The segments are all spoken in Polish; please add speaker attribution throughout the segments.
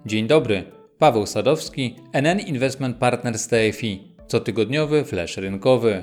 Speaker 1: Dzień dobry, Paweł Sadowski, NN Investment Partners TFI, cotygodniowy flash rynkowy.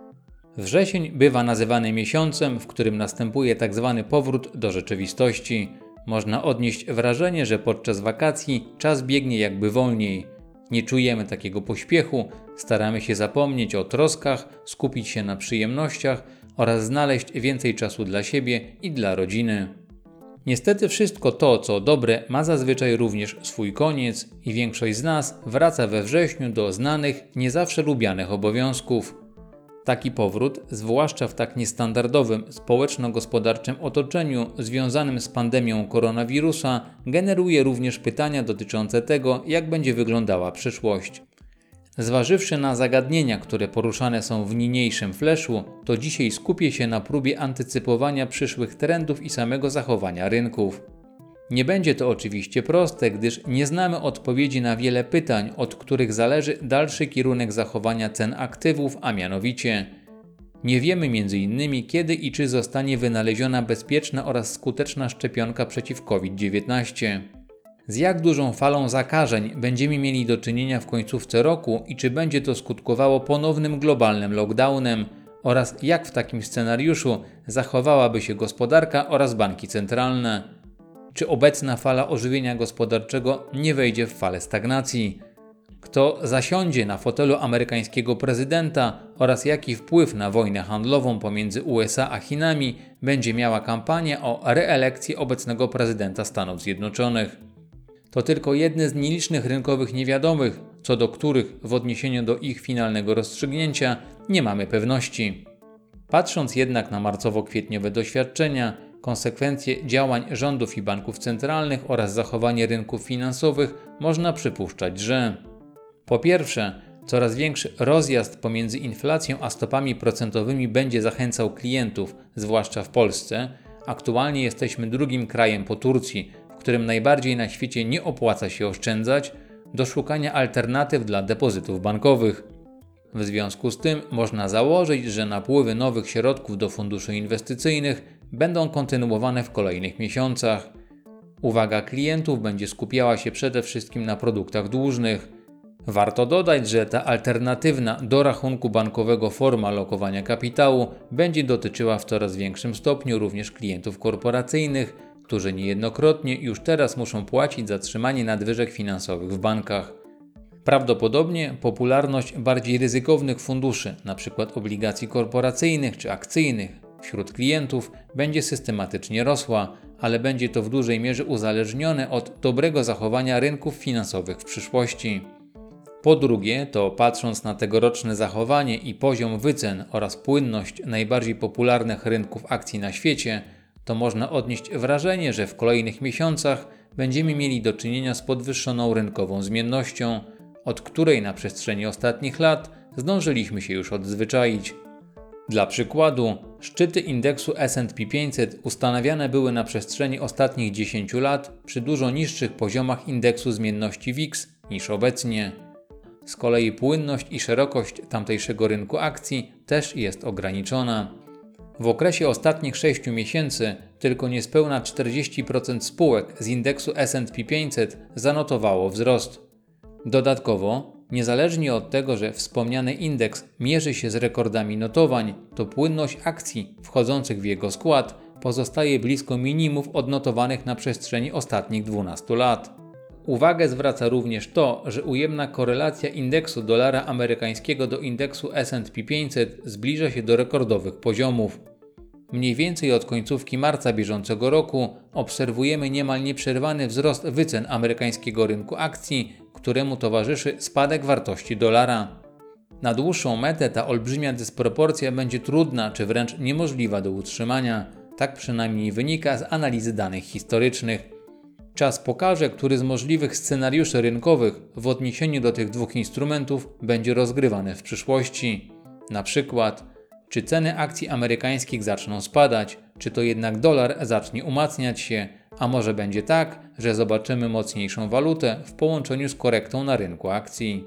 Speaker 1: Wrzesień bywa nazywany miesiącem, w którym następuje tzw. powrót do rzeczywistości. Można odnieść wrażenie, że podczas wakacji czas biegnie jakby wolniej. Nie czujemy takiego pośpiechu, staramy się zapomnieć o troskach, skupić się na przyjemnościach oraz znaleźć więcej czasu dla siebie i dla rodziny. Niestety wszystko to, co dobre, ma zazwyczaj również swój koniec i większość z nas wraca we wrześniu do znanych, nie zawsze lubianych obowiązków. Taki powrót, zwłaszcza w tak niestandardowym społeczno-gospodarczym otoczeniu związanym z pandemią koronawirusa, generuje również pytania dotyczące tego, jak będzie wyglądała przyszłość. Zważywszy na zagadnienia, które poruszane są w niniejszym flashu, to dzisiaj skupię się na próbie antycypowania przyszłych trendów i samego zachowania rynków. Nie będzie to oczywiście proste, gdyż nie znamy odpowiedzi na wiele pytań, od których zależy dalszy kierunek zachowania cen aktywów, a mianowicie nie wiemy m.in. kiedy i czy zostanie wynaleziona bezpieczna oraz skuteczna szczepionka przeciw COVID-19. Z jak dużą falą zakażeń będziemy mieli do czynienia w końcówce roku i czy będzie to skutkowało ponownym globalnym lockdownem oraz jak w takim scenariuszu zachowałaby się gospodarka oraz banki centralne. Czy obecna fala ożywienia gospodarczego nie wejdzie w falę stagnacji? Kto zasiądzie na fotelu amerykańskiego prezydenta oraz jaki wpływ na wojnę handlową pomiędzy USA a Chinami będzie miała kampania o reelekcję obecnego prezydenta Stanów Zjednoczonych? To tylko jedne z nielicznych rynkowych niewiadomych, co do których w odniesieniu do ich finalnego rozstrzygnięcia nie mamy pewności. Patrząc jednak na marcowo-kwietniowe doświadczenia, konsekwencje działań rządów i banków centralnych oraz zachowanie rynków finansowych, można przypuszczać, że po pierwsze, coraz większy rozjazd pomiędzy inflacją a stopami procentowymi będzie zachęcał klientów, zwłaszcza w Polsce. Aktualnie jesteśmy drugim krajem po Turcji, w którym najbardziej na świecie nie opłaca się oszczędzać, do szukania alternatyw dla depozytów bankowych. W związku z tym można założyć, że napływy nowych środków do funduszy inwestycyjnych będą kontynuowane w kolejnych miesiącach. Uwaga klientów będzie skupiała się przede wszystkim na produktach dłużnych. Warto dodać, że ta alternatywna do rachunku bankowego forma lokowania kapitału będzie dotyczyła w coraz większym stopniu również klientów korporacyjnych, którzy niejednokrotnie już teraz muszą płacić za trzymanie nadwyżek finansowych w bankach. Prawdopodobnie popularność bardziej ryzykownych funduszy, np. obligacji korporacyjnych czy akcyjnych, wśród klientów będzie systematycznie rosła, ale będzie to w dużej mierze uzależnione od dobrego zachowania rynków finansowych w przyszłości. Po drugie, to patrząc na tegoroczne zachowanie i poziom wycen oraz płynność najbardziej popularnych rynków akcji na świecie, to można odnieść wrażenie, że w kolejnych miesiącach będziemy mieli do czynienia z podwyższoną rynkową zmiennością, od której na przestrzeni ostatnich lat zdążyliśmy się już odzwyczaić. Dla przykładu, szczyty indeksu S&P 500 ustanawiane były na przestrzeni ostatnich 10 lat przy dużo niższych poziomach indeksu zmienności WIX niż obecnie. Z kolei płynność i szerokość tamtejszego rynku akcji też jest ograniczona. W okresie ostatnich 6 miesięcy tylko niespełna 40% spółek z indeksu S&P 500 zanotowało wzrost. Dodatkowo, niezależnie od tego, że wspomniany indeks mierzy się z rekordami notowań, to płynność akcji wchodzących w jego skład pozostaje blisko minimów odnotowanych na przestrzeni ostatnich 12 lat. Uwagę zwraca również to, że ujemna korelacja indeksu dolara amerykańskiego do indeksu S&P 500 zbliża się do rekordowych poziomów. Mniej więcej od końcówki marca bieżącego roku obserwujemy niemal nieprzerwany wzrost wycen amerykańskiego rynku akcji, któremu towarzyszy spadek wartości dolara. Na dłuższą metę ta olbrzymia dysproporcja będzie trudna czy wręcz niemożliwa do utrzymania, tak przynajmniej wynika z analizy danych historycznych. Czas pokaże, który z możliwych scenariuszy rynkowych w odniesieniu do tych dwóch instrumentów będzie rozgrywany w przyszłości. Na przykład, czy ceny akcji amerykańskich zaczną spadać, czy to jednak dolar zacznie umacniać się, a może będzie tak, że zobaczymy mocniejszą walutę w połączeniu z korektą na rynku akcji.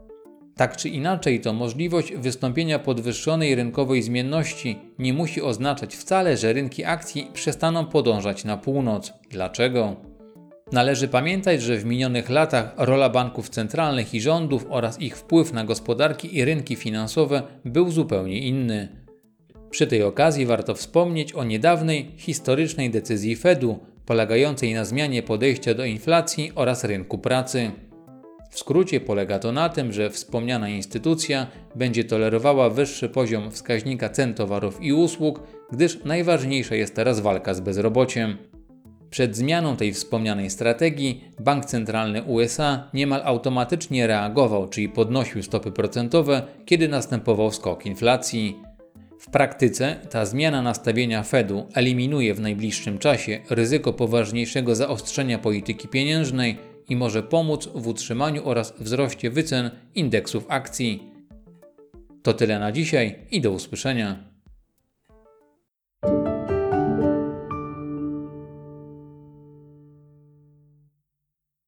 Speaker 1: Tak czy inaczej, to możliwość wystąpienia podwyższonej rynkowej zmienności nie musi oznaczać wcale, że rynki akcji przestaną podążać na północ. Dlaczego? Należy pamiętać, że w minionych latach rola banków centralnych i rządów oraz ich wpływ na gospodarki i rynki finansowe był zupełnie inny. Przy tej okazji warto wspomnieć o niedawnej, historycznej decyzji Fedu, polegającej na zmianie podejścia do inflacji oraz rynku pracy. W skrócie polega to na tym, że wspomniana instytucja będzie tolerowała wyższy poziom wskaźnika cen towarów i usług, gdyż najważniejsza jest teraz walka z bezrobociem. Przed zmianą tej wspomnianej strategii Bank Centralny USA niemal automatycznie reagował, czyli podnosił stopy procentowe, kiedy następował skok inflacji. W praktyce ta zmiana nastawienia Fedu eliminuje w najbliższym czasie ryzyko poważniejszego zaostrzenia polityki pieniężnej i może pomóc w utrzymaniu oraz wzroście wycen indeksów akcji. To tyle na dzisiaj i do usłyszenia.